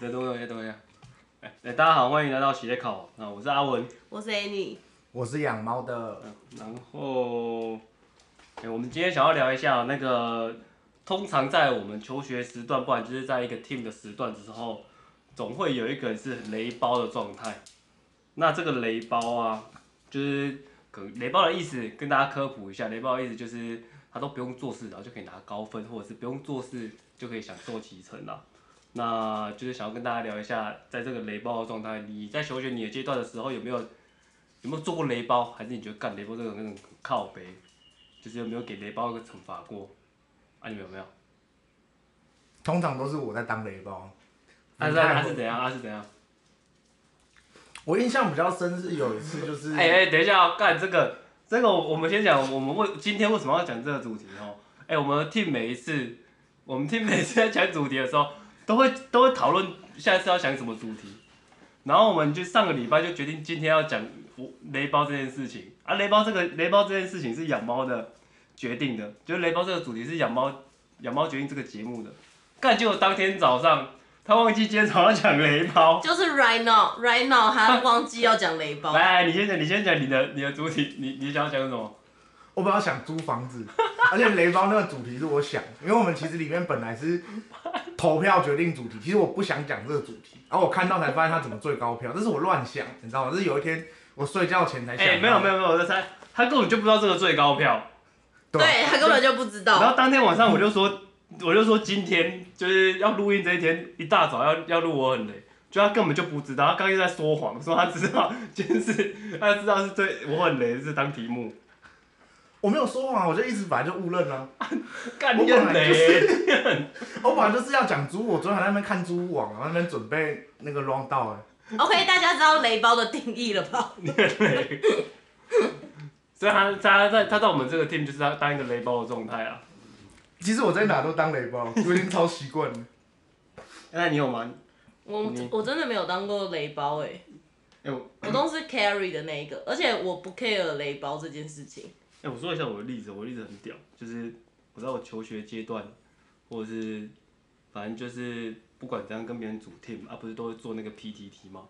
等一下。大家好，欢迎来到喜列考。那我是阿文， 我是 Annie， 我是养猫的。 然后，我们今天想要聊一下那个，通常在我们求学时段，不然就是在一个 team 的时段之后，总会有一个人是雷包的状态。那这个雷包啊，就是雷包的意思，跟大家科普一下，雷包的意思就是他都不用做事，然后就可以拿高分，或者是不用做事就可以享受其成啦。那就是想要跟大家聊一下，在这个雷包的状态，你在求学你的阶段的时候，有没有做过雷包？还是你觉得干雷包这种那种靠北，就是有没有给雷包一个惩罚过？啊，你们有没有？ 通常都是我在当雷包。 是怎样？ 我印象比较深是有一次就是， 等一下干这个我们先讲，我们今天为什么要讲这个主题哦？我们 team 每一次在讲主题的时候，都会讨论下一次要讲什么主题，然后我们就上个礼拜就决定今天要讲雷包这件事情啊，雷包这件事情是养猫的决定的，就是雷包这个主题是养猫决定这个节目的，干结果当天早上他忘记今天早上讲雷包， 就是 right now 他忘记要讲雷包。 来，你先讲你的主题，你想要讲什么？ 我本来想租房子，而且雷包那个主题是我想，因为我们其实里面本来是投票决定主题，其实我不想讲这个主题，然后我看到才发现他怎么最高票，这是我乱想，你知道吗？这是有一天我睡觉前才想。 没有，我在猜，他根本就不知道这个最高票， 对他根本就不知道。 然后当天晚上我就说今天就是要录音这一天，一大早要录我很累，就他根本就不知道，他刚又在说谎，说他知道今天他知道是我很累是当题目。 我没有说谎，我就一直本来就误认啊。 干你很雷！ 我本来就是要讲猪，我昨天还在那边看猪网，然后那边准备那个 round down。 OK， 大家知道雷包的定义了吧？ 你很雷。所以他在我们这个 team 就是当一个雷包的状态啊。 其实我在哪都当雷包，我已经超习惯了。 那你有吗？ 我真的没有当过雷包我都是 carry 的那一个，而且我不 care 雷包这件事情。 我说一下我的例子，我的例子很屌，就是我在我求学阶段，或者是反正就是不管怎样跟别人组 team 啊，不是都会做那个 PTT 吗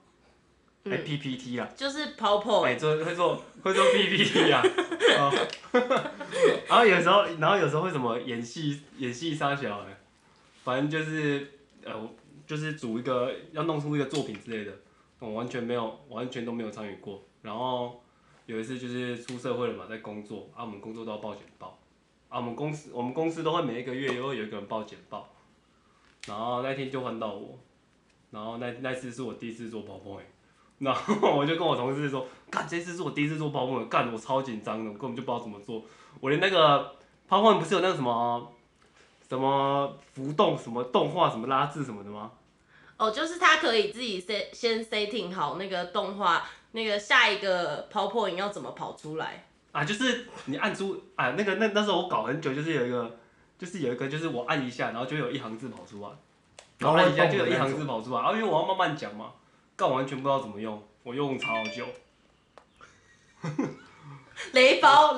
？PPT 啊， 就是 PowerPoint， 会做 PPT 啊，然后有时候会什么演戏杀小反正就是就是组一个要弄出一个作品之类的，我完全都没有参与过，然后。有一次就是出社会了嘛，在工作啊，我们工作都要报简报啊，我们公司都会每一个月都会有一个人报简报，然后那天就换到我，然后那次是我第一次做 PowerPoint， 然后我就跟我同事说，干这次是我第一次做 PowerPoint， 干我超紧张的，我根本就不知道怎么做，我连那个 PowerPoint 不是有那个什么浮动什么动画什么拉字什么的吗？ 就是他可以自己先 setting 好那个动画，那个下一个 PowerPoint 要怎么跑出来啊？就是你按出啊，那时候我搞很久，就是有一个就是我按一下，然后就有一行字跑出来，然后按一下就有一行字跑出来，然后因为我要慢慢讲嘛，干完全不知道怎么用，我用超久。 雷包，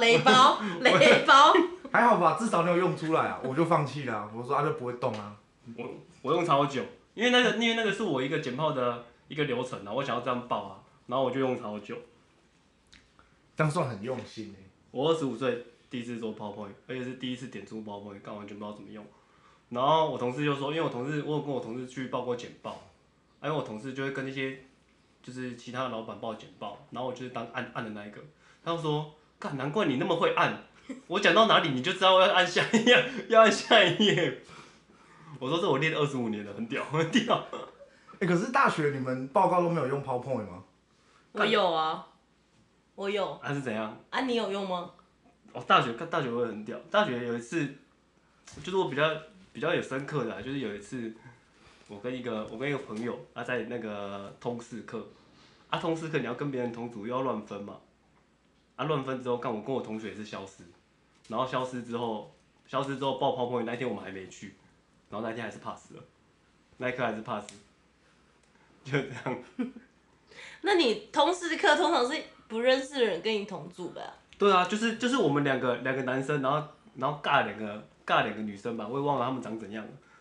还好吧，至少你有用出来啊，我就放弃了，我说就不会动啊。 我用超久。因为那个是我一个简报的一个流程啊，我想要这样报啊，然后我就用超久。 这样算很用心我25岁第一次做 PowerPoint， 而且是第一次点出 PowerPoint， 刚完全不知道怎么用。然后我同事就说，因为我有跟我同事去报过简报，因为我同事就会跟那些就是其他的老板报简报，然后我就是当按的那一个。他就说，干难怪你那么会按，我讲到哪里你就知道要按下一页，要按下一页。我说这我练25年了，很屌。 可是大学你们报告都没有用 PowerPoint 吗？ 我有啊，我有。 是怎样？ 你有用吗？ 大学我也很屌。大学有一次，就是我比较有深刻的就是有一次，我跟一个朋友在那个通识课，通识课你要跟别人同组又要乱分嘛，乱分之后，我跟我同学也是消失，然后消失之后报 PowerPoint 那天我们还没去。然后那天还是 pass 了，那一科还是 pass， 就这样。 那你通识课通常是不认识的人跟你同组的对啊，就是我们两个男生，然后尬两个女生吧，我也忘了他们长怎样了。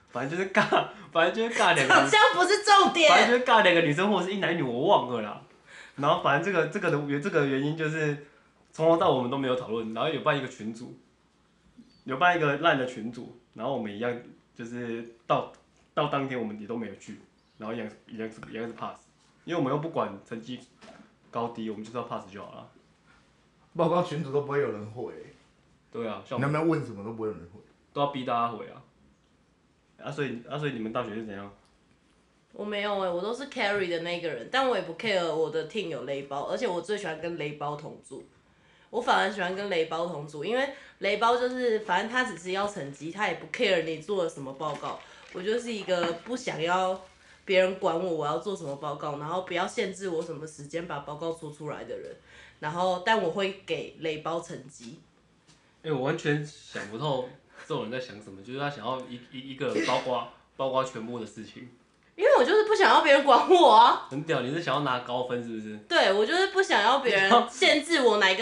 反正就是尬两个， 长相不是重点。 反正就是尬两个女生或者是一男一女，我忘了啦。然后反正这个原因就是从头到尾我们都没有讨论，然后有办一个群组，有办一个烂的群组，然后我们一样就是到当天我们也都没有去，然后一样是 pass， 因为我们又不管成绩高低，我们就是要 pass 就好了。 报告群组都不会有人回。 对啊， 你那边问什么都不会有人回， 都要逼大家回啊。所以你们大学是怎样？ 我没有我都是 carry 的那个人，但我也不 care 我的 team 有雷包，而且我最喜欢跟雷包同组。我反而喜欢跟雷包同组，因为雷包就是反正他只是要成绩，他也不 care 你做了什么报告。我就是一个不想要别人管我要做什么报告，然后不要限制我什么时间把报告做出来的人。然后但我会给雷包成绩。 我完全想不透这种人在想什么，就是他想要一个人包括全部的事情。 因为我就是不想要别人管我啊。 很屌，你是想要拿高分是不是？ 对，我就是不想要别人限制我哪一个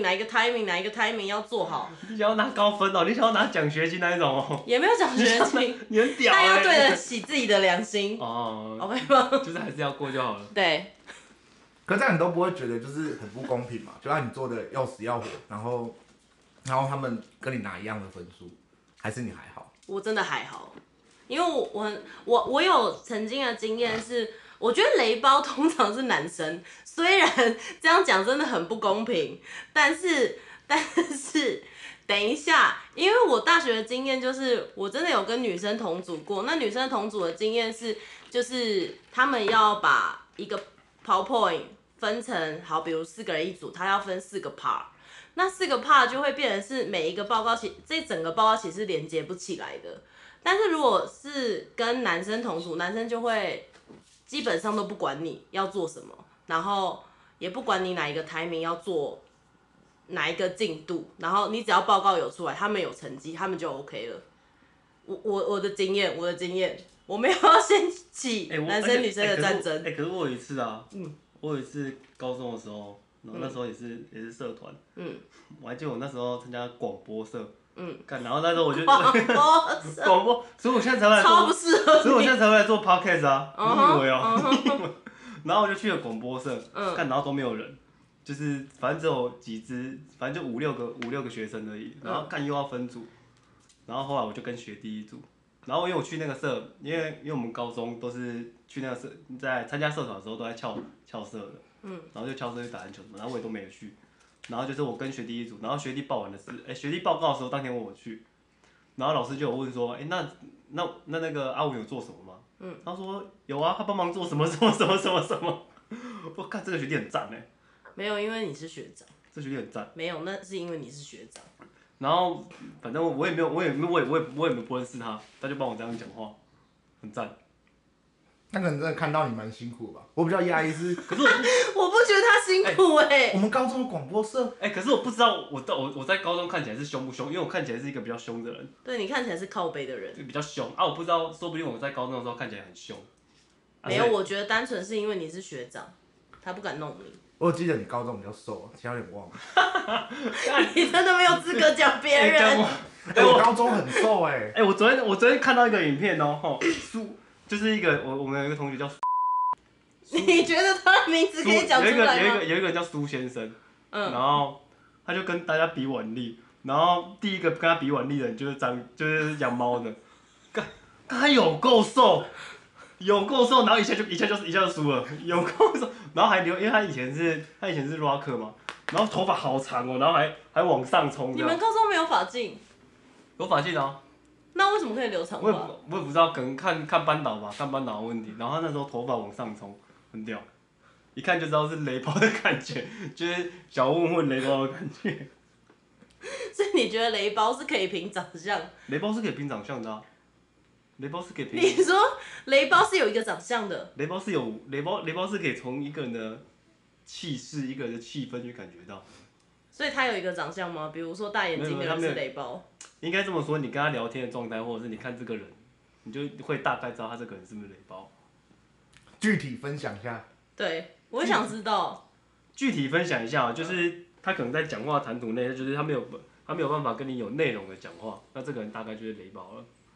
timing 要做好。 你想要拿高分哦，你想要拿奖学金那一种哦。 也没有奖学金， 你很屌但要对得起自己的良心。 哦 ，OK 吗？ 就是还是要过就好了。 对。 可是这样你都不会觉得就是很不公平嘛？就让你做的要死要活，然后他们跟你拿一样的分数，还是你还好？ 我真的还好，因为我有曾经的经验是，我觉得雷包通常是男生，虽然这样讲真的很不公平，但是等一下，因为我大学的经验就是我真的有跟女生同组过，那女生同组的经验是，就是他们要把一个 PowerPoint 分成好，比如4个人一组，他要分4个 part。那4个 part 就会变成是每一个报告这整个报告其实是连接不起来的。但是如果是跟男生同组，男生就会基本上都不管你要做什么，然后也不管你哪一个 timing 要做哪一个进度，然后你只要报告有出来，他们有成绩，他们就 OK 了。我的经验，我没有要掀起男生女生的战争。 可是我有一次啊，我有一次高中的时候。然后那时候也是社团，我还记得我那时候参加广播社，然后那时候我就广播，所以我现在才会来做， 超不适合你， 所以我现在才会来做 podcast 啊，你以为哦？然后我就去了广播社，然后都没有人，就是反正只有几支，反正就五六个学生而已，然后又要分组，然后后来我就跟学弟一组，然后因为我去那个社，因为我们高中都是去那个社，在参加社团的时候都在翘社的。然后就翘社去打篮球什么，然后我也都没有去。然后就是我跟学弟一组，然后学弟报完的是，学弟报告的时候当天我去，然后老师就有问说，那个阿武有做什么吗？他说有啊，他帮忙做什么。我看这个学弟很赞哎。 没有，因为你是学长。 这学弟很赞。 没有，那是因为你是学长。 然后反正我也没不认识他，他就帮我这样讲话，很赞。 那可能真的看到你蛮辛苦吧？我比较压抑是， 可是我不觉得他辛苦我们高中的广播社， 可是我不知道我在高中看起来是凶不凶，因为我看起来是一个比较凶的人。 对，你看起来是靠北的人， 就比较凶啊！我不知道，说不定我在高中的时候看起来很凶。 没有，我觉得单纯是因为你是学长，他不敢弄你。 我记得你高中比较瘦，其他有点忘了。 你真的没有资格讲别人。 我高中很瘦我昨天看到一个影片哦，就是一个我们有一个同学叫， 你觉得他的名字可以讲出来吗？ 有一个人叫苏先生，然后他就跟大家比腕力，然后第一个跟他比腕力的人就是养猫的，他有够瘦，然后一下就输了，有够瘦，然后还因为他以前是 rocker 嘛，然后头发好长哦，然后还往上冲。 你们高中没有发镜？ 有发镜啊。 那为什么可以留长发？ 我也不知道，可能看班导吧，看班导的问题。然后他那时候头发往上冲，很屌，一看就知道是雷包的感觉，就是小混雷包的感觉。 所以你觉得雷包是可以凭长相？ 雷包是可以凭长相的啊，雷包是可以凭。 你说雷包是有一个长相的？ 雷包是可以从一个人的气势、一个人的气氛去感觉到。 所以他有一个长相吗？比如说大眼睛的人是雷包。 应该这么说，你跟他聊天的状态，或者是你看这个人，你就会大概知道他这个人是不是雷包。 具体分享一下。 对，我想知道。 具体分享一下，就是他可能在讲话谈吐内，就是他没有办法跟你有内容的讲话，那这个人大概就是雷包了。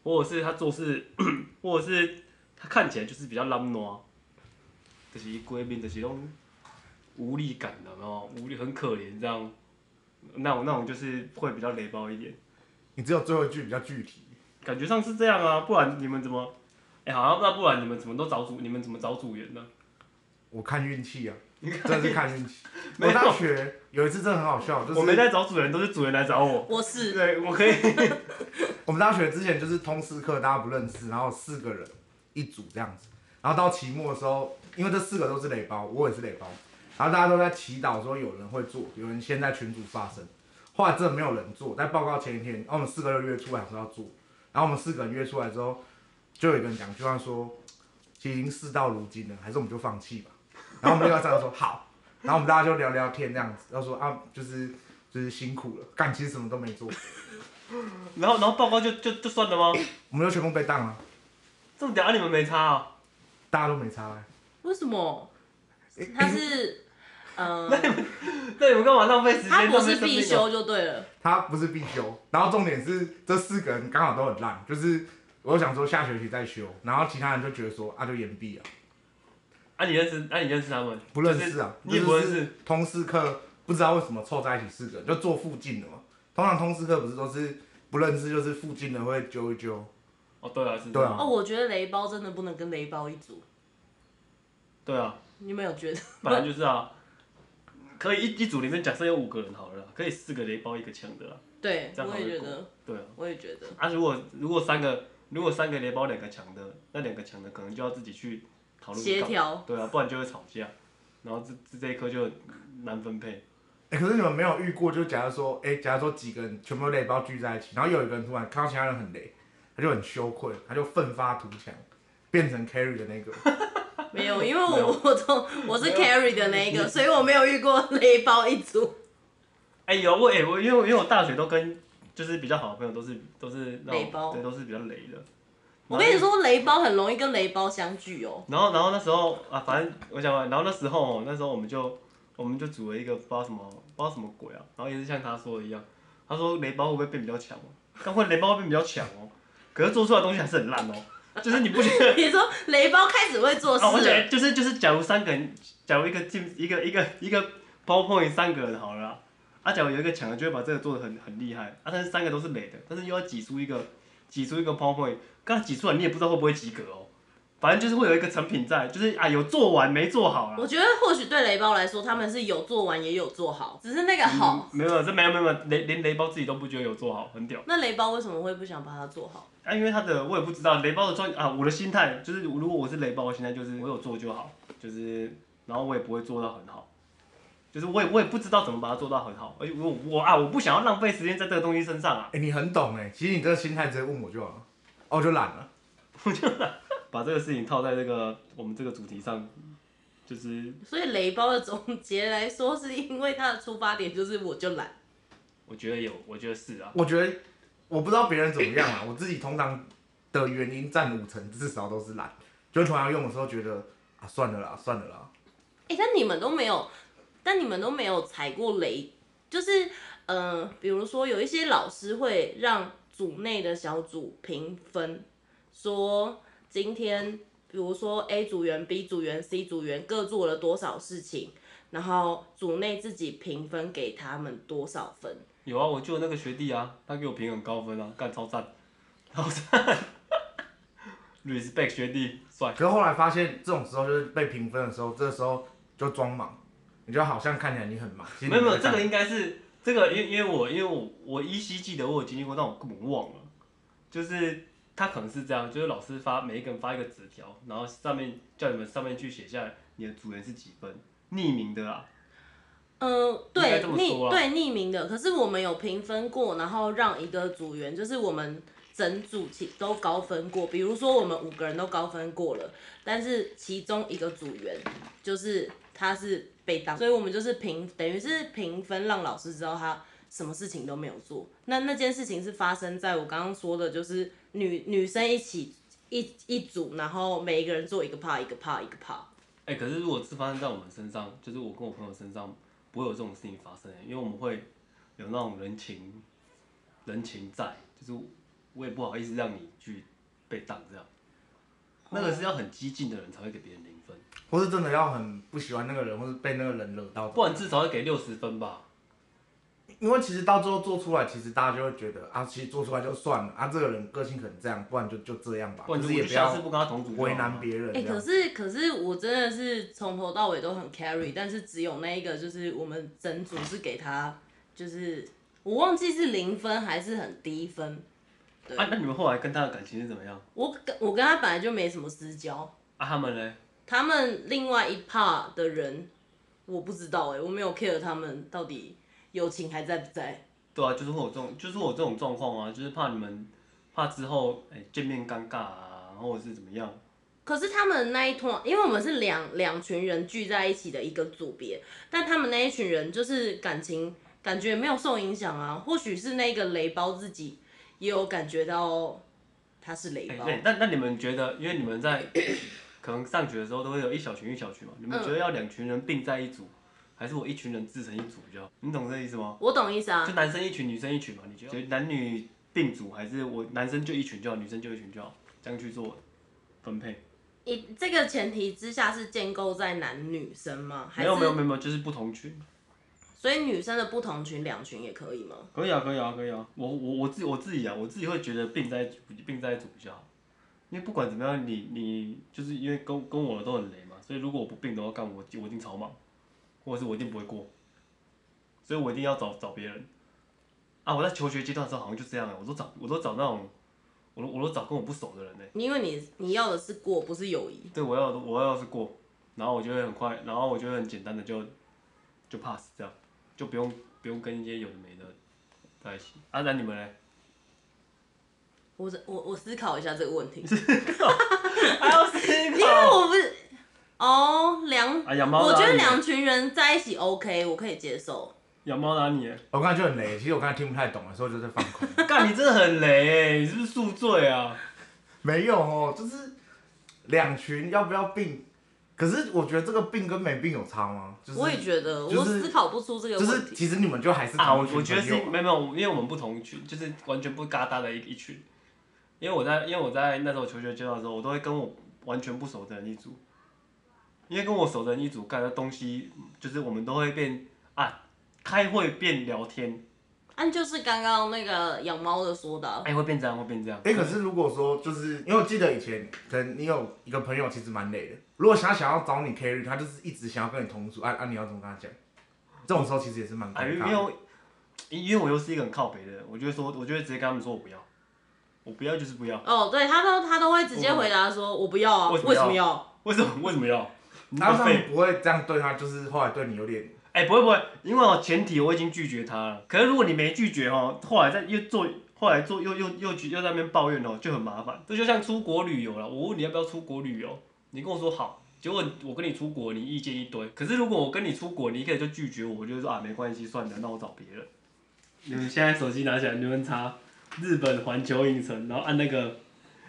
或者是他做事，或者是他看起来就是比较懒惰，就是规面就是那种无力感的，然后无力很可怜这样，那种就是会比较雷包一点。 你只有最后一句比较具体。 感觉上是这样啊，不然你们怎么？好像不然你们怎么找组员呢？ 我看运气啊，真的是看运气。 没有我大学有一次真的很好笑，就是我没在找组员，都是组员来找我。 我是对，我可以。 我们大学之前就是通识课，大家不认识，然后4个人一组这样子，然后到期末的时候，因为这4个都是雷包，我也是雷包，然后大家都在祈祷说有人会做，有人先在群组发声，后来真的没有人做，在报告前一天，然后我们4个就约出来说要做，然后我们4个人约出来之后，就有一个人讲句话说，其实已经事到如今了，还是我们就放弃吧。然后我们另外3个说好，然后我们大家就聊聊天这样子，然后说啊就是辛苦了，干其实什么都没做， 然后报告就算了吗？ 我们就全部被当了， 这么屌，你们没差啊？ 大家都没差、欸。 为什么？他是那你们干嘛浪费时间？ 他不是浪费生命啊必修就对了。 他不是必修，然后重点是这4个人刚好都很烂，就是我想说下学期再修，然后其他人就觉得说啊就延毕啊， 你认识他们？ 不认识啊， 你也不认识。 通识课不知道为什么凑在一起4个人，就坐附近的嘛。通常通识课不是都是不认识，就是附近的会揪一揪。 哦，对啊，是。 对啊。 哦，我觉得雷包真的不能跟雷包一组。 对啊。 你们有觉得？ 本来就是啊。可以一组里面假设有5个人好了啦，可以4个雷包1个强的啦。 对， 这样我也觉得。 对啊。 我也觉得。 如果3个雷包2个强的，那2个强的可能就要自己去讨论协调。 对啊，不然就会吵架，然后这一科就难分配。 可是你们没有遇过，就假如说几个人全部雷包聚在一起，然后有一个人突然看到其他人很雷，他就很羞愧，他就奋发图强，变成 carry 的那个。 没有，因为我是 carry 的那一个，所以我没有遇过雷包一组。 有因为我大学都跟就是比较好的朋友都是那种雷包， 对，都是比较雷的。 我跟你说，雷包很容易跟雷包相聚哦。 然后那时候啊，反正我想完，然后那时候我们就组了一个不知道什么鬼啊，然后也是像他说的一样，他说雷包会不会变比较强哦？但会雷包会变比较强哦，可是做出来的东西还是很烂哦。就是你不觉得？ 你说雷包开始会做事了？ 我讲就是，假如3个人，假如一个 PowerPoint 3个人好了啦，假如有一个强的，就会把这个做得很厉害，但是3个都是雷的，但是又要挤出一个 PowerPoint， 刚挤出来你也不知道会不会及格哦，反正就是会有一个成品在，就是有做完没做好啦。 我觉得或许对雷包来说，他们是有做完也有做好，只是那个好。 没有，连雷包自己都不觉得有做好，很屌。 那雷包为什么会不想把它做好？ 因为我也不知道雷包的我的心态就是，如果我是雷包的心态就是我有做就好，就是然后我也不会做到很好，就是我也不知道怎么把它做到很好，而且我不想要浪费时间在这个东西身上啊。 你很懂哎，其实你这个心态直接问我就好了，我就懒了， 把这个事情套在我们这个主题上，就是。 所以雷包的总结来说，是因为他的出发点就是我就懒。 我觉得是啊。 我觉得我不知道别人怎么样啊，我自己通常的原因占50%，至少都是懒。就突然用的时候觉得啊，算了啦。 但你们都没有踩过雷，就是比如说有一些老师会让组内的小组评分，说今天比如说 A 组员、B 组员、C 组员各做了多少事情，然后组内自己评分给他们多少分。 有啊，我就有那个学弟啊，他给我评很高分啊，干超赞，respect 学弟，帅。 可是后来发现，这种时候就是被评分的时候，这时候就装忙，你就好像看起来你很忙。 没有，这个应该是这个，因为我依稀记得我有经历过，但我根本忘了。就是他可能是这样，就是老师每一个人发一个纸条，然后上面叫你们上面去写下你的组员是几分，匿名的啦。 对，匿名的。可是我们有评分过，然后让一个组员，就是我们整组都高分过。比如说我们5个人都高分过了，但是其中一个组员就是他是被当，所以我们就是等于是评分，让老师知道他什么事情都没有做。那件事情是发生在我刚刚说的，就是女生一起一组，然后每一个人做一个 part 一个 part 一个 part。 可是如果是发生在我们身上，就是我跟我朋友身上。不会有这种事情发生，因为我们会有那种人情在，就是我也不好意思让你去被当这样。那个是要很激进的人才会给别人0分， 或是真的要很不喜欢那个人，或是被那个人惹到， 不然至少要给60分吧。 因为其实到最后做出来，其实大家就会觉得啊，其实做出来就算了啊，这个人个性可能这样，不然就这样吧， 不然就是也不要下次不跟他同组为难别人。 可是我真的是从头到尾都很 carry， 但是只有那一个就是我们整组是给他，就是我忘记是0分还是很低分。对啊，那你们后来跟他的感情是怎么样？ 我跟他本来就没什么私交。 啊，他们呢？ 他们另外一 part 的人，我不知道我没有 care 他们到底友情还在不在。 对啊，就是会有这种状况啊，就是怕之后见面尴尬啊，或者是怎么样。 可是他们那一团，因为我们是两群人聚在一起的一个组别，但他们那一群人就是感觉没有受影响啊。或许是那个雷包自己也有感觉到他是雷包。 那你们觉得，因为你们在可能上学的时候都会有一小群一小群嘛，你们觉得要2群人并在一组，还是我1群人自成一组比较好？你懂这意思吗？ 我懂意思啊。 就男生1群，女生1群嘛，你觉得男女并组，还是我男生就1群就好，女生就1群就好，这样去做分配？ 以这个前提之下是建构在男女生吗？ 没有，就是不同群。 所以女生的不同群2群也可以吗？ 可以啊。我自己会觉得并在一组比较好，因为不管怎么样，你就是因为跟我的都很雷嘛，所以如果我不并的话，我一定超忙，或者是我一定不会过，所以我一定要找别人。啊，我在求学阶段的时候好像就这样我都找那种，我都找跟我不熟的人因为你要的是过，不是友谊。 对，我要是过，然后我就会很快，然后我就会很简单的就 pass 这样，就不用跟一些有的没的在一起。啊，那你们呢？ 我思考一下这个问题。 还要思考？ 因为我不是我觉得2群人在一起 OK， 我可以接受。 养猫哪里？ 我刚才就很雷，其实我刚才听不太懂的时候就在放空。 干，你真的很雷你是不是宿醉啊？ 没有就是2群要不要并？可是我觉得这个并跟没并有差吗？ 我也觉得，我思考不出这个问题。 就是其实你们就还是同群。我觉得是没有，因为我们不同群，就是完全不搭的一群。因为我在那时候求学阶段的时候，我都会跟我完全不熟的人一组。因为跟我熟的人一组干的东西，就是我们都会变开会变聊天。 就是刚刚那个养猫的说的。 会变这样。 可是如果说就是因为我记得以前可能你有一个朋友其实蛮累的，如果他想要找你 carry， 他就是一直想要跟你同组你要怎么跟他讲？这种时候其实也是蛮尴尬的。 因为我又是一个很靠北的人，我就会直接跟他们说我不要。我不要就是不要。 对，他都会直接回答说我不要啊。为什么要？ 为什么要？ 他们不会这样对他，就是后来对你有点。 不会，因为前提我已经拒绝他了。可是如果你没拒绝后来又在那边抱怨就很麻烦。这就像出国旅游了，我问你要不要出国旅游，你跟我说好，结果我跟你出国，你意见一堆。可是如果我跟你出国，你一开始就拒绝我就说没关系，算了，那我找别人。你们现在手机拿起来，你们查日本环球影城，然后按那个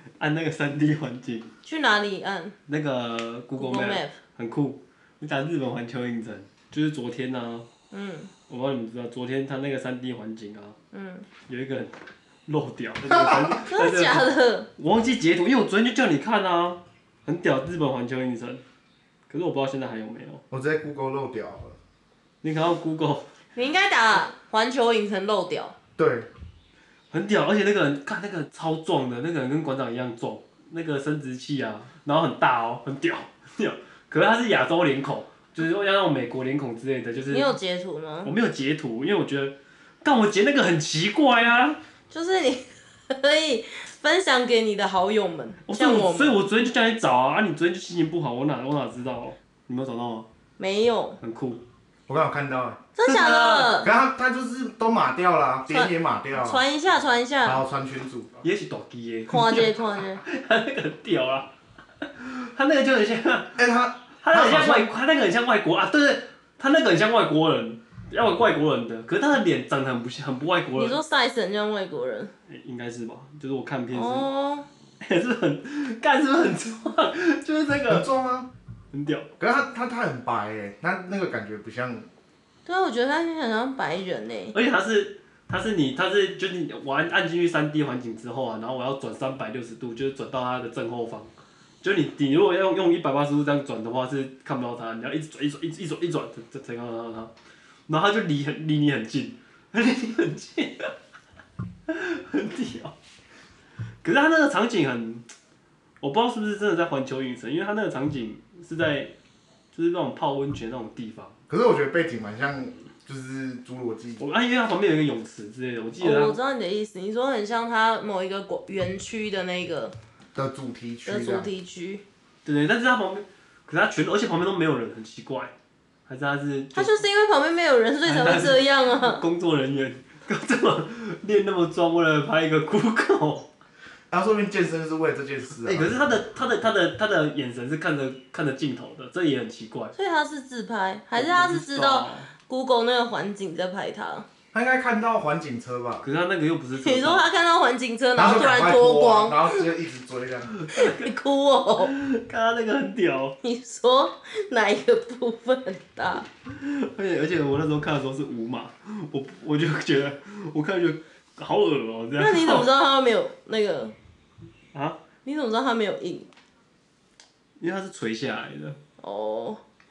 3D 环境。 去哪里按？ 那个 Google Map 很酷，你打日本环球影城。就是昨天我不知道你们知道，昨天他那个3D 环境有一个人漏屌， 真的假的？ 我忘记截图，因为我昨天就叫你看很屌，日本环球影城，可是我不知道现在还有没有。 我直接 Google 漏屌了。 你看到 Google？ 你应该打环球影城漏屌。 对， 很屌，而且那个人看那个超壮的，那个人跟馆长一样壮，那个生殖器然后很大很屌，可是他是亚洲脸孔。就是要那种美国脸孔之类的，就是你有截图吗？ 我没有截图，因为我觉得，我截那个很奇怪就是你可以分享给你的好友们，像我们。 所以我昨天就叫你找你昨天就心情不好，我哪知道？你没有找到吗？ 没有。 很酷。 我刚好看到真的假的？ 可是他就是都码掉了，点也码掉了。 传一下。 好，传群组。 也是大机的。 看一下。 他那个很屌他那个就很像。他那个很像外国对，他那个很像外国人，要外国人的，可是他的脸长得很不外国人。 你说 size 很像外国人？ 应该是吧，就是我看片是。 是不是很壮？就是这个。 很壮啊。 很屌。 可是他很白他那个感觉不像。 对啊，我觉得他很像白人而且他是它是就是你按进去3D 环境之后啊，然后我要转360度，就是转到它的正后方。就你如果要用180度这样转的话，是看不到它，你要一直转才看到它。然后它就离你很近，离你很近，很屌。可是它那个场景我不知道是不是真的在环球影城，因为它那个场景是在就是那种泡温泉那种地方。 可是我觉得背景蛮像，就是侏罗纪。 因为它旁边有一个泳池之类的，我记得。 我知道你的意思，你说很像它某一个园区的那个的主题区。 对，但是它旁边，可是它而且旁边都没有人，很奇怪。还是它就是因为旁边没有人，所以才会这样啊。 工作人员这么练那么壮，为了拍一个酷狗。 他说明健身是为了这件事啊。 可是他的眼神是看着镜头的，这也很奇怪。 所以他是自拍，还是他是知道 Google 那个环境在拍他？ 他应该看到环景车吧？ 可是他那个又不是。 你说他看到环景车，然后突然脱光， 然后就一直追这样。 你哭哦！ 看他那个很屌。 你说哪一个部分很大？ 而且我那时候看的时候是5码，我就觉得我看就觉得好恶哦、这样。 那你怎么知道他没有那个？ 啊？ 你怎么知道他没有印？ 因为它是垂下来的。 哦。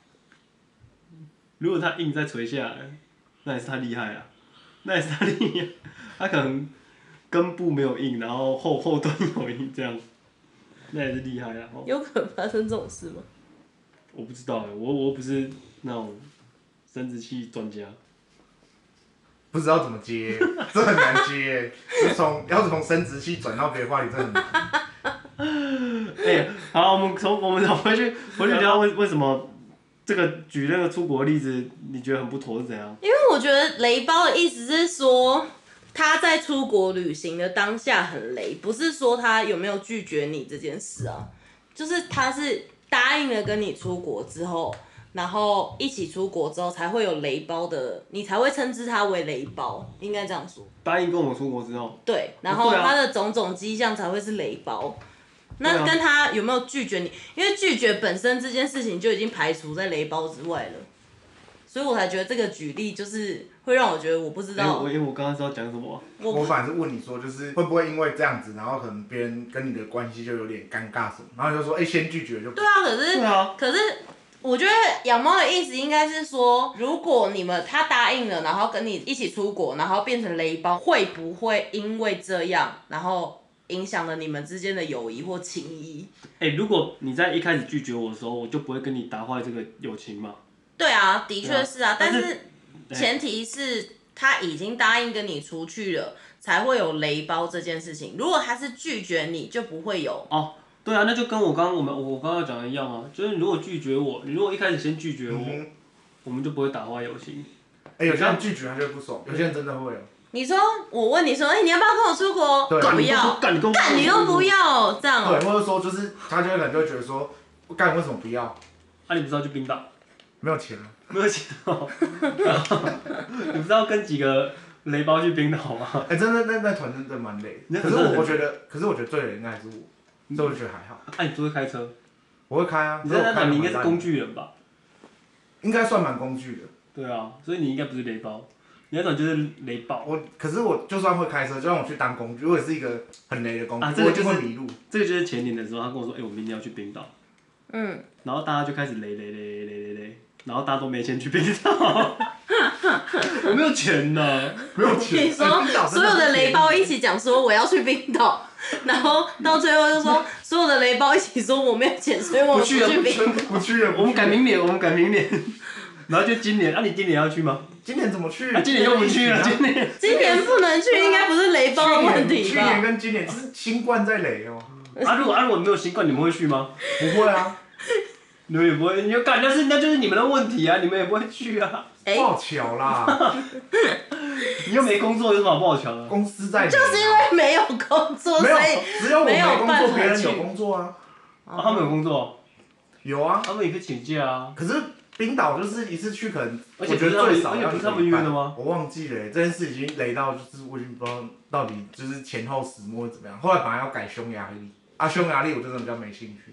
如果他硬再垂下来，那也是他厉害啊。那也是他厉害，他可能根部没有硬，然后后端有硬，这样，那也是厉害啊。 有可能发生这种事吗？ 我不知道哎，我不是那种生殖器专家。 不知道怎么接，这很难接。要从生殖器转到别的话题，真的很难。 好，我们回去聊为什么这个举那个出国的例子，你觉得很不妥是怎样？ 因为我觉得雷包的意思是说，他在出国旅行的当下很雷，不是说他有没有拒绝你这件事啊，就是他是答应了跟你出国之后，然后一起出国之后才会有雷包的，你才会称之他为雷包，应该这样说。 答应跟我出国之后。 对，然后他的种种迹象才会是雷包。那跟他有没有拒绝你？因为拒绝本身这件事情就已经排除在雷包之外了，所以我才觉得这个举例就是会让我觉得我不知道。 我刚刚是要讲什么？ 我反而是问你说，就是会不会因为这样子，然后可能别人跟你的关系就有点尴尬什么，然后就说先拒绝就。 对啊，可是我觉得养猫的意思应该是说，如果他答应了，然后跟你一起出国，然后变成雷包，会不会因为这样，然后影响了你们之间的友谊或情谊？ 如果你在一开始拒绝我的时候，我就不会跟你打坏这个友情嘛。 对啊，的确是啊，但是前提是他已经答应跟你出去了，才会有雷包这件事情。如果他是拒绝你，就不会有。 哦，对啊，那就跟我刚刚讲的一样啊，就是你如果拒绝我，你如果一开始先拒绝我，我们就不会打坏友情。 有些人拒绝他就不爽，有些人真的会有。 你说，我问你说，你要不要跟我出国？ 对， 不要， 干你又不要，这样。 对，或者说就是他可能就会觉得说，干为什么不要？ 你不是要去冰岛？ 没有钱啊。 没有钱哦。你不知道跟几个雷包去冰岛吗？ 真的那团真的蛮累的。可是我觉得最累应该还是我，所以我就觉得还好。 你只会开车？ 我会开啊。 你在那团你应该是工具人吧？ 应该算蛮工具的。 对啊，所以你应该不是雷包。你那种就是雷爆。 可是我就算会开车，就让我去当工具，我也是一个很雷的工具， 我一定会迷路。 这个就是前年的时候，他跟我说，我明天要去冰岛。然后大家就开始雷，然后大家都没钱去冰岛。我没有钱呢， 没有钱。 你说所有的雷包一起讲说我要去冰岛，然后到最后就说所有的雷包一起说我没有钱，所以我不去冰岛。 不去了。 我们改明年。然后就今年，你今年要去吗？ 今年怎么去？ 今年又不去了。 今年不能去，应该不是雷包的问题吧？ 去年跟今年是新冠在雷哦。 如果没有新冠，你们会去吗？ 不会啊。 你们也不会，你就干，那就是你们的问题啊，你们也不会去啊。 不好瞧啦。 你又没工作，有什么好不好瞧的？ 公司在。 就是因为没有工作，所以只有我没工作，别人有工作啊。 他们有工作？ 有啊。 他们也可以请假啊。 可是冰岛就是一次去可能， 而且不是他们约的吗？ 我忘记了，这件事已经雷到，就是我已经不知道到底就是前后始末怎么样。后来本来要改匈牙利，匈牙利我真的比较没兴趣。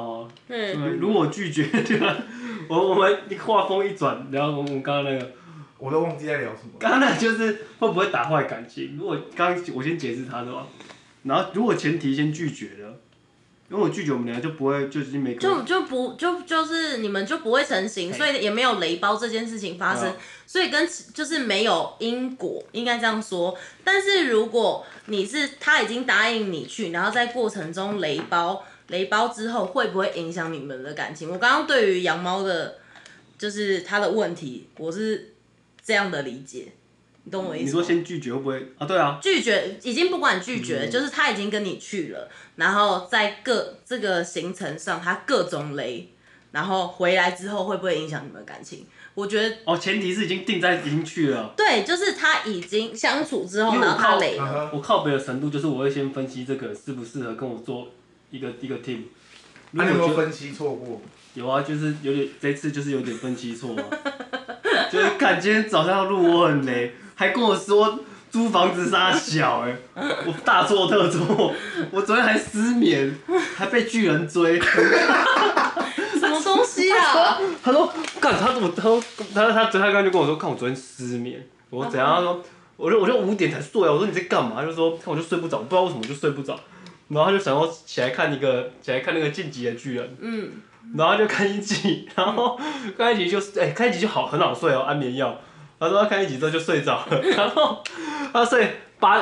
如果拒绝，对吧？我们话锋一转，然后我们刚刚那个， 我都忘记在聊什么。 刚刚那就是会不会打坏感情？如果刚刚我先解释他的话，然后如果前提先拒绝了，因为我拒绝我们俩就不会就是每个就是你们就不会成型，所以也没有雷包这件事情发生，所以就是没有因果，应该这样说。但是如果他已经答应你去，然后在过程中雷包之后，会不会影响你们的感情？我刚刚对于养猫的，就是他的问题，我是这样的理解。你懂我意思吗？ 你说先拒绝会不会啊？对啊， 拒绝已经不管拒绝，就是他已经跟你去了，然后在这个行程上他各种雷，然后回来之后会不会影响你们的感情？我觉得前提是已经去了。 对，就是他已经相处之后，然后他雷了。 我靠北的程度就是我会先分析这个适不适合跟我做一个 team。 你有没有分析错过？ 有啊，就是有点这次就是有点分析错啊，就是看今天早上要录我很雷，还跟我说租房子杀小我大错特错，我昨天还失眠，还被巨人追。 什么东西啊？ 他说干他怎么他刚刚就跟我说，看我昨天失眠，我说怎样？他说我就5点才睡啊，我说你在干嘛？他就说看我就睡不着，不知道为什么就睡不着。然后他就想要起来看那个晋级的巨人，然后他就看一集，然后看一集看一集就很好睡哦，安眠药。他说他看一集之后就睡着了，然后他睡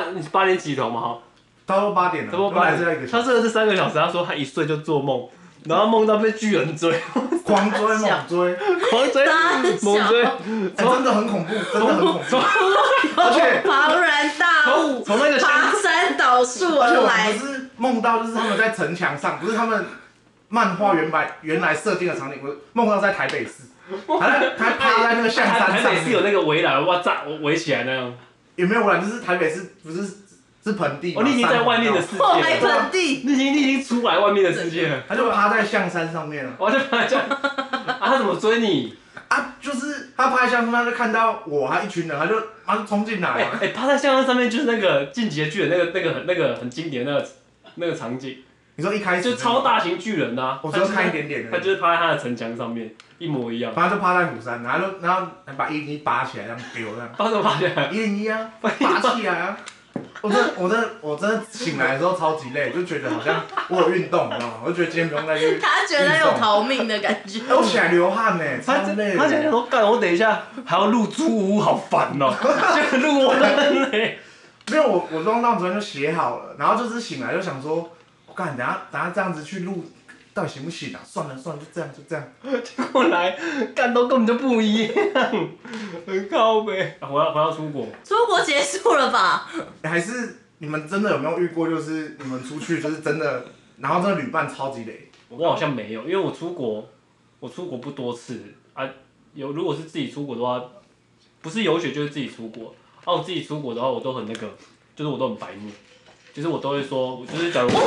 8点起床嘛哈， 差不多8点了，都来这1个小时。 他睡的是3个小时，他说他一睡就做梦，然后梦到被巨人追， 狂追猛追， 猛追， 真的很恐怖，真的很恐怖，而且庞然大物从那个爬山倒树而且我而来们。不是梦到，就是他们在城墙上，不是他们漫画原来设定的场景，我梦到在台北市，他趴在那个象山上面。 台北市有那个围栏，围起来那样。 也没有围栏，就是台北市不是盆地。 你已经在外面的世界了。 还盆地。 你已经出来外面的世界了。 他就趴在象山上面了。 我就趴在象山。他怎么追你？ 就是他趴在象山，他就看到我，他一群人，他就冲进来了。 趴在象山上面就是那个进击的巨人那个很经典的那个场景。 你说一开始就超大型巨人啊， 我只有看一点点的。 他就是趴在他的城墙上面，一模一样。 反正就趴在虎山，然后把101拔起来，这样丢这样。 把什么拔起来 ？101啊，拔起来啊！我真的醒来的时候超级累，就觉得好像我有运动，你知道吗？我就觉得今天不用再去。 他觉得有逃命的感觉。 我起来流汗呢，超累。 他起来说：“干，我等一下还要录租屋，好烦哦。”就录我很累。 没有，我弄到昨天就写好了，然后就是醒来就想说，我干，等下这样子去录，到底行不行啊？算了，就这样。 结果来干都根本就不一样，很靠北。我要出国。 出国结束了吧？ 还是你们真的有没有遇过，就是你们出去就是真的，然后真的旅伴超级累？ 我好像没有，因为我出国不多次啊。如果是自己出国的话，不是游学就是自己出国。我自己出国的话，我都很那个，就是我都很白目，就是我都会说，我就是假如。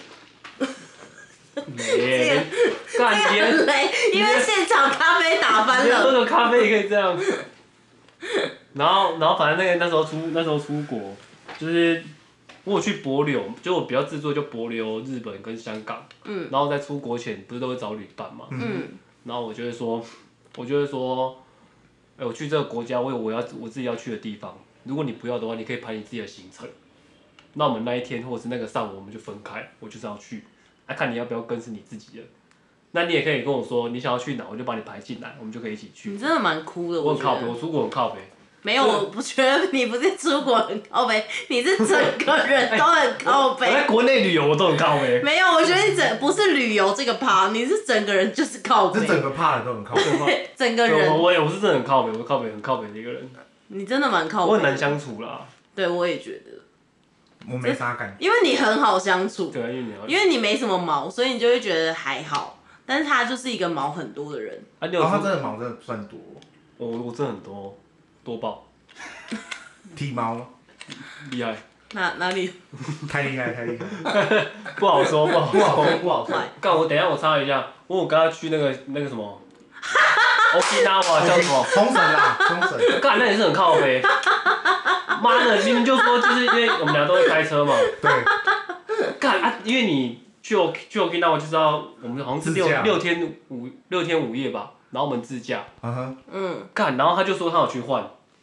干很累，因为现场咖啡打翻了。 喝个咖啡也可以这样。然后反正那时候出国，就是我有去帛琉，就我比较自作就帛琉、日本跟香港。然后在出国前不是都会找旅伴嘛。然后我就会说，我去这个国家，我自己要去的地方，如果你不要的话，你可以排你自己的行程。那我们那一天或者是那个上午我们就分开，我就是要去。看你要不要跟是你自己的，那你也可以跟我说你想要去哪，我就把你排进来，我们就可以一起去。 你真的蛮酷的， 我很靠北，我出国很靠北。 没有，我不觉得你不是出国很靠北，你是整个人都很靠北。 我在国内旅游我都很靠北。 没有，我觉得你不是旅游这个趴，你是整个人就是靠北。 是整个趴的都很靠北。 整个人。 我是真的很靠北，我很靠北的一个人。 你真的蛮靠北。 我很难相处啦。 对，我也觉得。 我没啥感觉， 因为你很好相处， 对， 因为你没什么毛，所以你就会觉得还好。但是他就是一个毛很多的人。 他真的毛真的算多。 我真的很多爆。 体毛吗？ 厉害。 哪里？ 太厉害。 不好说。干，我等一下我插一下，我刚刚去那个什么。Okinawa 叫什么？ 冲绳。 干，那也是很靠北。妈的，明明就说就是因为我们俩都会开车嘛。 对。 干啊，因为你去 Okinawa 就是要我们好像是6天5夜吧，然后我们自驾。干，然后他就说他有去换，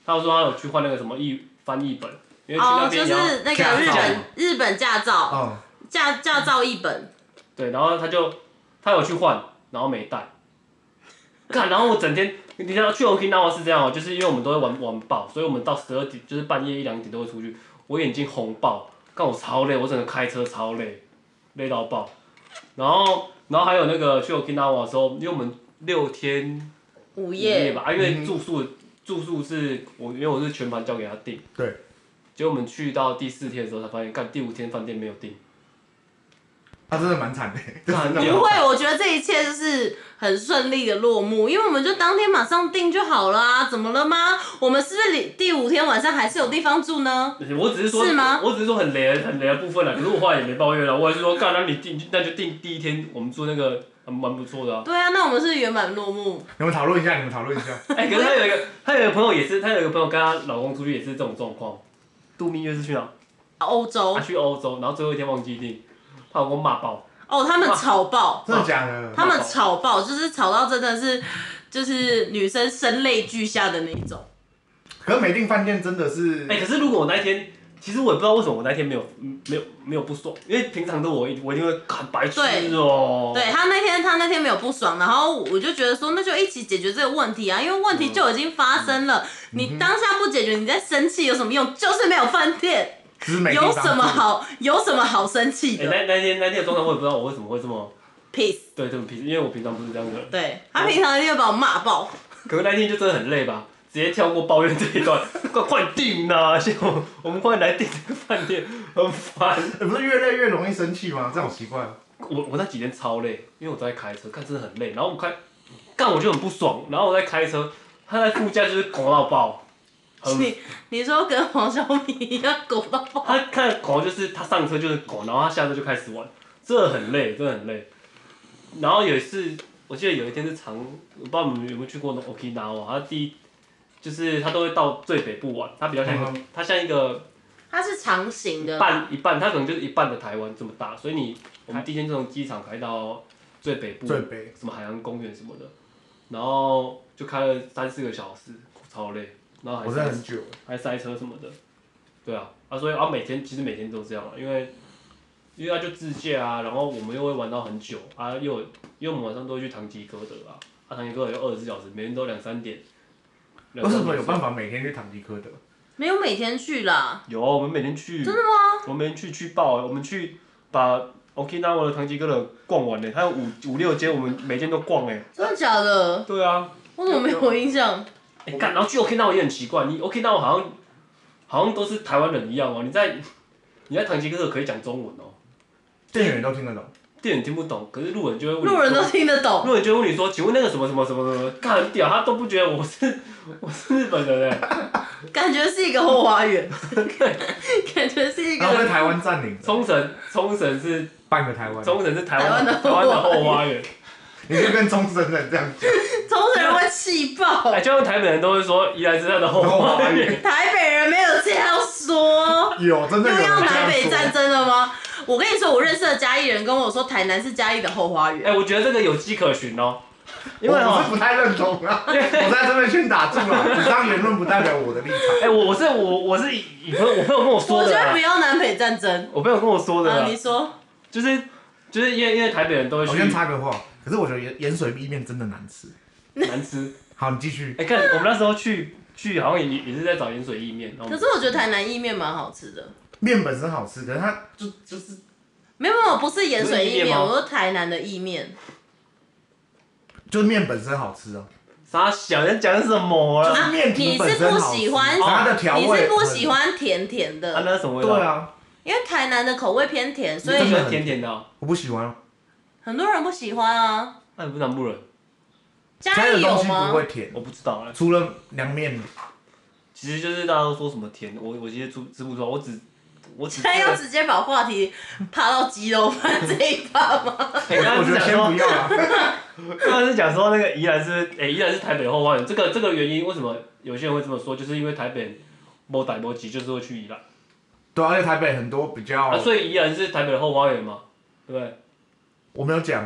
他说他有去换那个什么翻译本，因为去那边就是那个日本驾照，驾照译本。 对，然后他有去换，然后没带。看，然后我整天，你知道去 Okinawa 是这样就是因为我们都会玩爆，所以我们到12点就是半夜1、2点都会出去，我眼睛红爆，看我超累，我整个开车超累，累到爆。然后还有那个去 Okinawa 的时候，因为我们6天5夜吧，因为住宿是因为我是全盘交给他订， 对， 结果我们去到第4天的时候才发现，第5天饭店没有订。 他真的蛮惨的， 不会，我觉得这一切就是很顺利的落幕，因为我们就当天马上订就好了啊，怎么了吗？我们是不是第5天晚上还是有地方住呢？ 我只是说， 是吗？ 我只是说很雷的部分啦，可是我后来也没抱怨了，我也是说，干，那就订第1天我们住那个蛮不错的啊。 对啊，那我们是圆满落幕。 你们讨论一下。 可是他有一个朋友也是，他有一个朋友跟她老公出去也是这种状况，度蜜月是去哪？ 欧洲。 去欧洲，然后最后一天忘记订，她老公骂爆。 他们吵爆， 真的假的？ 他们吵爆，就是吵到真的是，就是女生声泪俱下的那一种。 可是没订饭店真的是， 可是如果我那一天，其实我也不知道为什么我那天没有不爽，因为平常的我一定会干白痴哦。 对，他那天没有不爽，然后我就觉得说，那就一起解决这个问题啊，因为问题就已经发生了，你当下不解决，你在生气有什么用？就是没有饭店。有什么好生气的？ 那天的状态我也不知道我为什么会这么 peace。 对，这么 peace，因为我平常不是这样的人。 对，他平常一定会把我骂爆。 可是那天就真的很累吧，直接跳过抱怨这一段，快订啊！我们快来订这个饭店，很烦。 不是越累越容易生气吗？这样好奇怪。 我那几天超累，因为我在开车，看真的很累。然后我就很不爽，然后我在开车，他在副驾就是狗到爆。 你说跟黄晓明一样狗到爆？ 他看狗就是他上车就是狗，然后他下车就开始玩，真的很累。然后有一次，我记得有一天是我不知道你们有没有去过Okinawa，就是他都会到最北部玩，他比较像他像一个， 它是长形的， 一半，他可能就是一半的台湾这么大，所以我们第一天就从机场开到最北部，什么海洋公园什么的，然后就开了3、4个小时，超累。然后还塞车什么的，对啊，所以其实每天都这样，因为他就自驾啊，然后我们又会玩到很久啊，因为我们晚上都会去唐吉诃德啊，唐吉诃德有24小时，每天都2、3点。 为什么有办法每天去唐吉诃德？ 没有每天去啦。 有，我们每天去。 真的吗？ 我们每天去爆，我们去把 Okinawa 的唐吉诃德逛完它有5、6间，我们每间都逛真的假的？ 对啊。 我怎么没有印象？ 然后去 Okinawa 也很奇怪，你 Okinawa 好像都是台湾人一样哦，你在唐吉诃德可以讲中文哦， 店员都听得懂， 店员听不懂，可是路人就会问你， 路人都听得懂， 路人就会问你说，请问那个什么什么什么什么，干很屌，他都不觉得我是日本人感觉是一个后花园，感觉是一个。 然后被台湾占领。 冲绳是半个台湾， 冲绳是台湾的后花园。 你就跟冲绳人这样讲， 冲绳人会气爆。 就像台北人都会说宜兰是他的后花园。 台北人没有这样说。 有真的有。 又要台北战争了吗？我跟你说，我认识的嘉义人跟我说，台南是嘉义的后花园。 我觉得这个有迹可循哦。 因为我是不太认同啊，我在这边先打住了，以上言论不代表我的立场。 我是我朋友跟我说的。 我觉得不要南北战争。 我朋友跟我说的。 你说。 就是因为台北人都会去。 我先插个话，可是我觉得盐水意面真的难吃。 难吃。 好，你继续。 看我们那时候去好像也是在找盐水意面。 可是我觉得台南意面蛮好吃的。 面本身好吃，可是它就是。 没有，不是盐水意面，我说台南的意面。 就是面本身好吃哦。 啥小人讲什么啊？就是面体本身好吃。 你是不喜欢甜甜的。 那什么味道？ 对啊。 因为台南的口味偏甜，所以你喜欢甜甜的哦。 我不喜欢。 很多人不喜欢啊。 那你不是南部人？ 嘉义有吗？ 不会甜， 我不知道。 除了凉面。 其实就是大家都说什么甜，我其实吃不出来，我现在要直接把话题爬到鸡肉饭这一趴吗？ 我觉得先不要啊。 刚刚是讲说那个宜兰是台北后花园，这个原因为什么有些人会这么说，就是因为台北没逮没急，就是会去宜兰。 对，而且台北很多比较。 所以宜兰是台北的后花园嘛，对不对？ 我没有讲。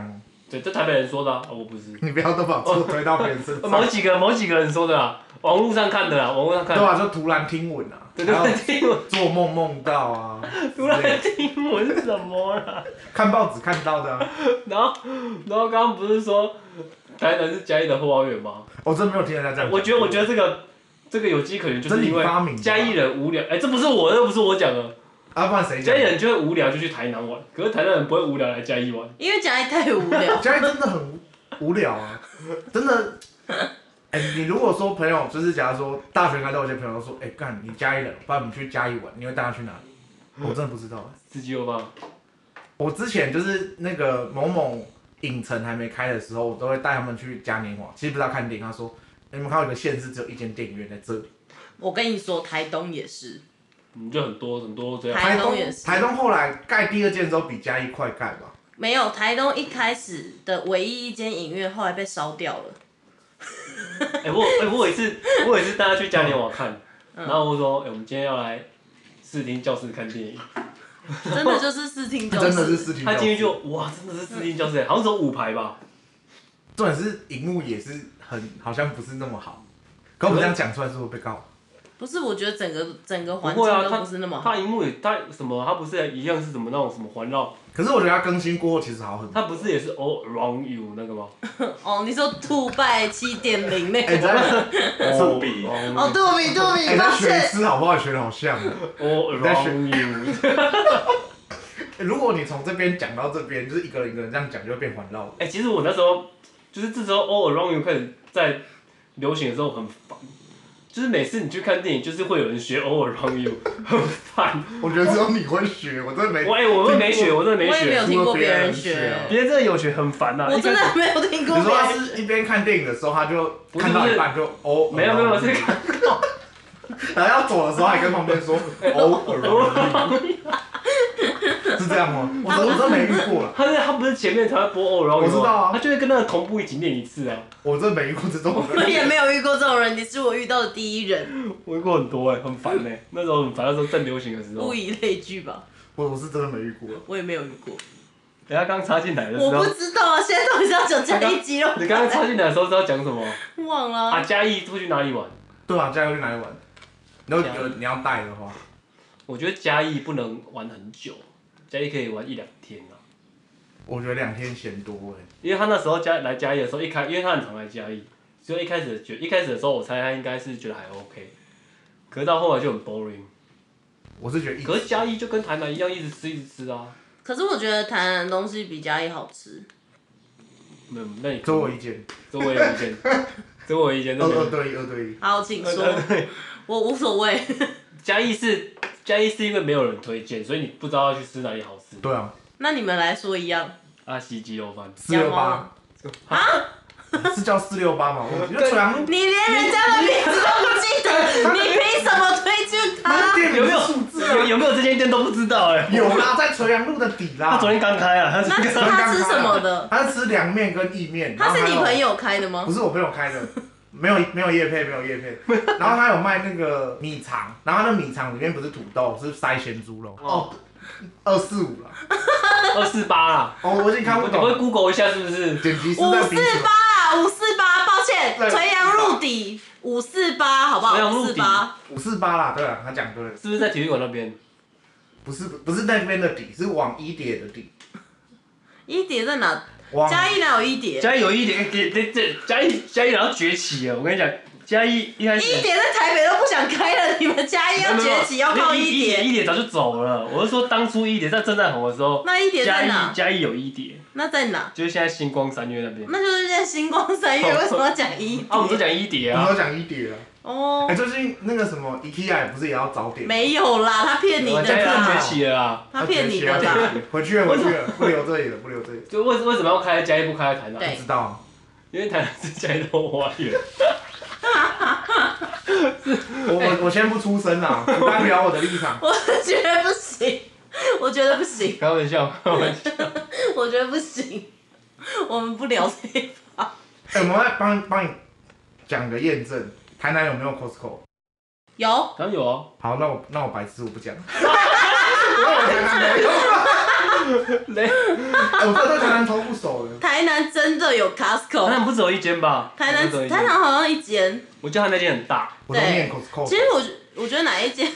对，这台北人说的啊，我不是。 你不要都把错推到别人身上。 某几个人说的啊，网络上看的啊，网络上看的。 对啊，就突然听闻啊， 对，听闻。 做梦梦到啊， 突然听闻是什么啦？ 看报纸看到的啊。 然后刚刚不是说台南是嘉义的后花园吗？ 我真没有听人家这样。 我觉得这个有迹可循，就是因为嘉义人无聊。这不是我讲的。 啊，不然谁讲？ 嘉义人就会无聊就去台南玩，可是台南人不会无聊来嘉义玩。 因为嘉义太无聊。 嘉义真的很无聊啊，真的。你如果说朋友，就是假如说大学开都有些朋友说，干你嘉义人，不然我们去嘉义玩，你会带他去哪里？我真的不知道。 吃鸡肉饭。 我之前就是那个某某影城还没开的时候，我都会带他们去嘉年华。其实不是要看电影，他说你们看到一个县市只有一间电影院在这里。 我跟你说，台东也是。 就很多这样。 台东也是。 台东后来盖第二间之后，比嘉义快盖吧？ 没有，台东一开始的唯一一间影院，后来被烧掉了。 我也是带他去嘉年华看，然后我说，我们今天要来视听教室看电影。 真的就是视听教室。 真的是视听教室。 他进去就哇，真的是视听教室，好像走5排吧。 重点是荧幕也是好像不是那么好，可我们这样讲出来是会被告。 不是，我觉得整个环境都不是那么好。 它荧幕也它不是一样是什么那种什么环绕？ 可是我觉得它更新过后其实好很多。 它不是也是 All Around You 那个吗？ 哦，你说杜拜7.0那个？ 杜比。 哦，杜比， 他学诗好不好？学的好像。 All Around You。 如果你从这边讲到这边，就是一个人这样讲，就会变环绕。 其实我那时候就是这时候 All Around You 开始在流行的时候很烦。就是每次你去看电影，就是会有人学 All Around You， 很烦。 我觉得只有你会学，我真的没。 我没学，我真的没学。 我也没有听过别人学。 别人真的有学，很烦呐。 我真的没有听过。 你说他是一边看电影的时候，他就看到一半就没有是看到， 然后要走的时候还跟旁边说 All Around You。是这样吗？我真的没遇过了。 他不是前面才会播 All Around You， 我知道啊， 他就会跟那个同步一起念一次啊。 我真的没遇过这种人。 我也没有遇过这种人，你是我遇到的第一人。 我遇过很多很烦那时候很烦，那时候正流行的时候。 物以类聚吧。 我是真的没遇过。 我也没有遇过。 等下刚插进来的时候。 我不知道啊，现在到底是要讲嘉义鸡肉？ 你刚刚插进来的时候是要讲什么？ 忘了。 嘉义会去哪里玩？ 对啊，嘉义去哪里玩？然后你要带的话， 我觉得嘉义不能玩很久。嘉义可以玩1-2天啊。 我觉得2天嫌多因为他那时候来嘉义的时候，因为他很常来嘉义，所以一开始的时候，我猜他应该是觉得还 OK， 可是到后来就很 boring。 我是觉得， 可是嘉义就跟台南一样，一直吃啊。 可是我觉得台南的东西比嘉义好吃。 没有，那你给我意见。 这我有意见。这我有意见。 2对1。 好，请说。我无所谓。 嘉义是因为没有人推荐，所以你不知道要去吃哪里好吃。 对啊。 那你们来说一样。 阿西鸡肉饭。 468。 啊？ 是叫468吗？我觉得垂杨路。 你连人家的名字都不记得，你凭什么推荐他？ 有没有这间店都不知道有啦，在垂杨路的底啦。 他昨天刚开啊。 那他吃什么的？ 他是吃凉面跟意面。 他是你朋友开的吗？ 不是我朋友开的。没有业配。然后他有卖那个米肠，然后他的米肠里面不是土豆，是塞咸猪肉。245啦。 248啦。 我已经看不懂。 你会 Google 一下是不是？ 剪辑师在比什么 ？548，抱歉，垂杨路底548，好不好？548 啦，对啊，他讲对了。 是不是在体育馆那边？ 不是那边的底，是往一叠的底。 一叠在哪？嘉义哪有一叠？ 嘉义有一叠，嘉义然后崛起了。我跟你讲，嘉义一开始一叠在台北都不想开了，你们嘉义要崛起要靠一叠。 一叠早就走了。我是说当初一叠在正在红的时候， 那一叠在哪？ 嘉义有一叠。 那在哪？ 就是现在星光3月那边。 那就是在星光3月，为什么要讲一叠？ 我们都讲一叠啊。 我们都讲一叠啊。 哦。 最近那个什么 IKEA 不是也要早点？ 没有啦，他骗你的啦。 嘉义崛起了啦。 他骗你的啦。 回去了，不留这里了。 就为什么要开嘉义不开台南？ 不知道。 因为台南是嘉义的后花园。 我先不出声啦，不代表我的立场。 我觉得不行，我觉得不行。 开玩笑。 我觉得不行，我们不聊这一趴。 我们来帮你讲个验证，台南有没有 Costco？ 有。 当然有啊。 好，那我白痴，我不讲。我台南没有。我对台南超不熟的。 台南真的有台 Costco， 南不只有一间吧？ 台南不只有一间好像一间。 我记得他那间很大。 我都念 Costco。 其实我觉得哪一间，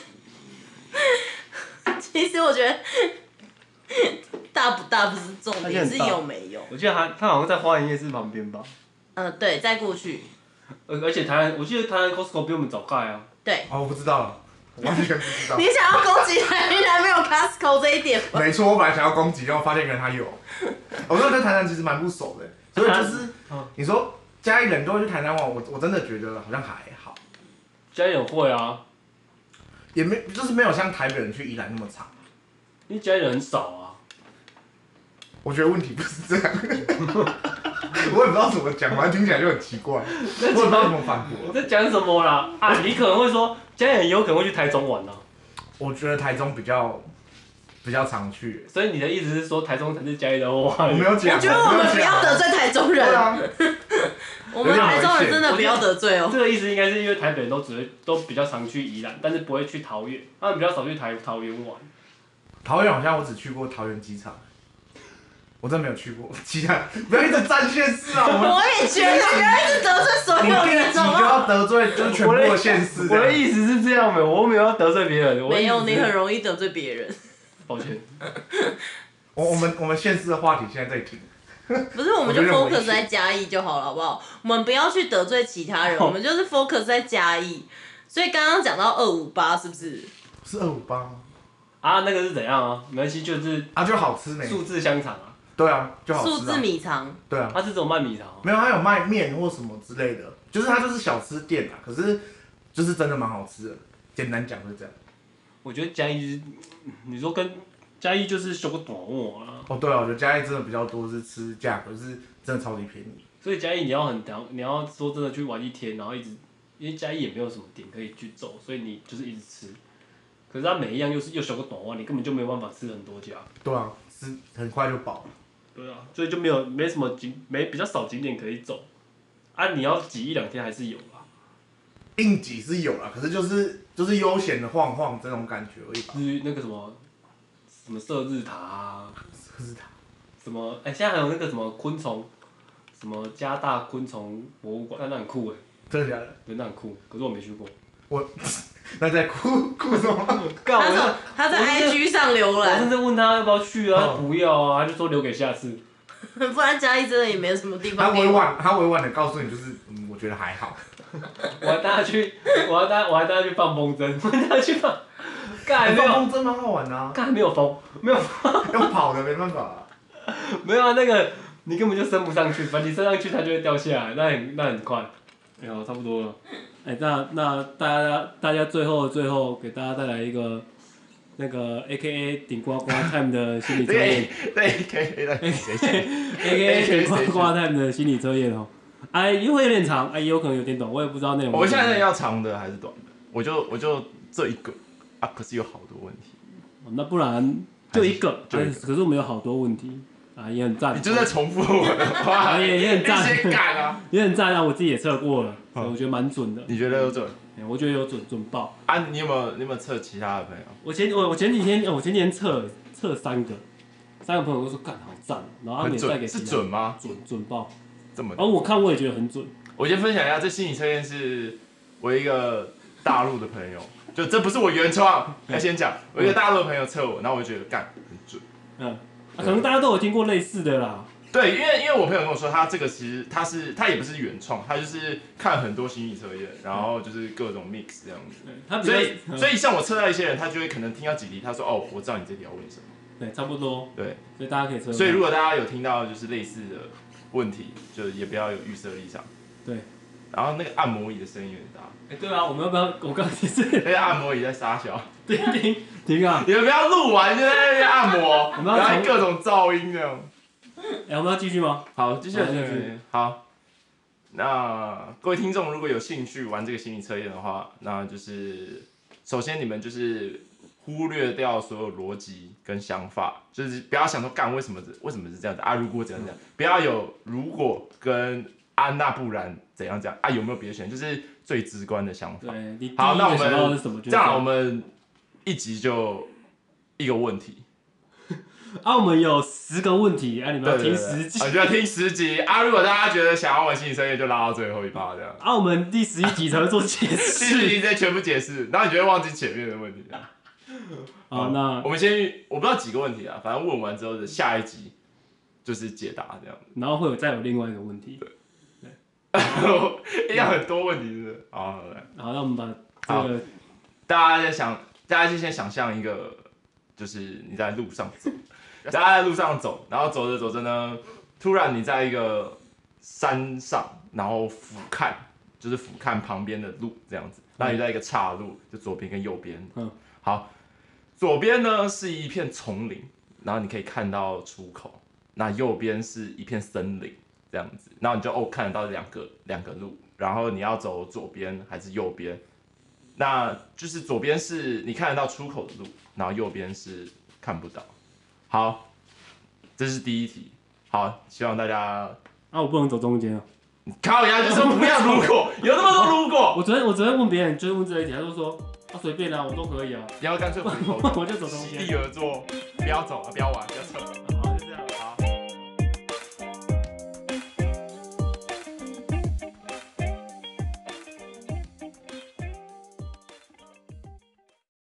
其实我觉得大不大不是重点，是有没有。 我记得他好像在花园夜市旁边吧。 对，再过去。 而且我记得台南 Costco 比我们早盖啊。 对。 哦，我不知道了，完全不知道。 你想要攻击台南没有 Costco 这一点吗？ 没错，我本来想要攻击，然后发现原来他有。我说对台南其实蛮不熟的，所以就是你说嘉义人都会去台南玩，我真的觉得好像还好。 嘉义人会啊， 也就是没有像台北人去宜兰那么长。 因为嘉义人很少啊。 我觉得问题不是这样，我也不知道怎么讲，反正听起来就很奇怪，我也不知道怎么反驳。 你在讲什么啦？啊，你可能会说嘉义人有可能会去台中玩啊。 我觉得台中比较常去， 所以你的意思是说台中才是嘉义的花园？ 我没有讲。 我觉得我们不要得罪台中人。 对啊， 我们台中人真的不要得罪哦。 这个意思应该是因为台北人都比较常去宜兰，但是不会去桃园，他们比较少去桃园玩。 桃园好像我只去过桃园机场，我真的没有去过其他。不要一直占县市啊！ 我也觉得不要一直得罪所有人， 我第一集就要得罪就是全部的县市。 我的意思是这样的，我没有要得罪别人。 没有，你很容易得罪别人。 抱歉。 我们县市的话题现在在停。 不是，我们就 focus 在嘉义就好了，好不好？我们不要去得罪其他人，我们就是 focus 在嘉义。所以刚刚讲到258是不是？ 是258吗？ 啊，那个是怎样啊？没关系，就是就好吃没？ 数字香肠啊。 对啊，就好吃。 数字米肠。 对啊。 它是这种卖米肠。 没有，它有卖面或什么之类的，就是它就是小吃店啊，可是就是真的蛮好吃的。简单讲是这样。 我觉得嘉义你说跟嘉义就是修个短袜啊。 哦，对啊，我觉得嘉义真的比较多是吃价格是真的超级便宜。 所以嘉义你要说真的去玩一天，然后一直，因为嘉义也没有什么点可以去走，所以你就是一直吃。可是它每一样又修个短袜，你根本就没有办法吃很多家。 对啊，吃很快就饱了。 对啊，所以就没什么比较少景点可以走。啊，你要挤1-2天还是有啦。 硬挤是有啦，可是就是悠闲的晃晃这种感觉而已吧。 至于那个什么射日塔啊， 射日塔。 什么现在还有那个什么昆虫，什么加大昆虫博物馆，那很酷哎。 真的假的？ 对，那很酷，可是我没去过。 那在哭什么？ 他在 IG 上浏览。 我甚至问他要不要去啊，他不要啊，他就说留给下次。 不然嘉义真的也没有什么地方。 他委婉的告诉你，就是我觉得还好。 我还带他去放风筝，我带他去放。干没有。 放风筝蛮好玩的啊。 干没有风，没有风。 用跑的没办法啊。 没有啊，那个你根本就升不上去，反正你升上去它就会掉下来，那很快。哎呦，差不多了。那大家最后给大家带来一个那个 AKA 顶呱呱 time 的心理测验。 对 AKA 顶呱呱 time 的心理测验哦。又会有点长，也有可能有点短，我也不知道内容。 我现在要长的还是短的？我就这一个啊，可是有好多问题。 那不然就一个，可是我们有好多问题。也很赞。 你就在重复我的话， 也很赞， 先改啊， 也很赞啊！我自己也测过了，我觉得蛮准的。 你觉得有准？ 我觉得有准爆。 啊，你有没有测其他的朋友？ 我前几天测3个朋友都说干好赞，然后他们也带给是准吗？ 准爆， 这么。 然后我看我也觉得很准。 我先分享一下，这心理测验是我一个大陆的朋友，就这不是我原创，要先讲，我一个大陆的朋友测我，然后我就觉得干很准。 可能大家都有听过类似的啦。 对，因为我朋友跟我说，他这个其实他也不是原创，他就是看很多心理测验，然后就是各种 mix 这样子。所以像我测到一些人，他就会可能听到几题，他说哦，我知道你这题要问什么。 对，差不多。 对， 所以大家可以测。 所以如果大家有听到就是类似的问题，就也不要有预设立场。 对。 然后那个按摩椅的声音有点大。 对啊，我们要不要？我刚才是那个按摩椅在撒小。 停啊！ 你们不要录完就在那边按摩，然后各种噪音这样。 我们要继续吗？ 好，继续。好，那各位听众如果有兴趣玩这个心理测验的话，那就是首先你们就是忽略掉所有逻辑跟想法，就是不要想说干为什么是这样子啊？如果怎样怎样，不要有如果跟那不然怎样讲啊？有没有别的选项？就是最直观的想法。 对， 好，那我们这样我们一集就一个问题。 啊，我们有10个问题啊，你们要听10集。 我就要听10集啊！如果大家觉得想要玩心理测验，就拉到最后一趴这样。 啊，我们第11集才会做解第10 释。 集再全部解释，然后你就会忘记前面的问题。 好，那我们先，我不知道几个问题啊，反正问完之后的下一集就是解答这样。 然后会再有另外一个问题。 要很多问题是不是？好，来， 好，那我们把这个大家就先想象一个，就是你在路上走，大家在路上走，然后走着走着呢，突然你在一个山上，然后俯瞰旁边的路这样子，然后你在一个岔路，就左边跟右边。好，左边呢是一片丛林，然后你可以看到出口，那右边是一片森林这样子，然后你就看得到两个路，然后你要走左边还是右边？那就是左边是你看得到出口的路，然后右边是看不到。好，这是第一题。好，希望大家啊，我不能走中间啊。 靠牙就说不要如果，有那么多如果。 我昨天问别人，就是问这一题，他就说啊随便啊，我都可以啊。 你要干脆回头， 我就走中间。 席地而坐，不要走啊，不要玩，不要扯。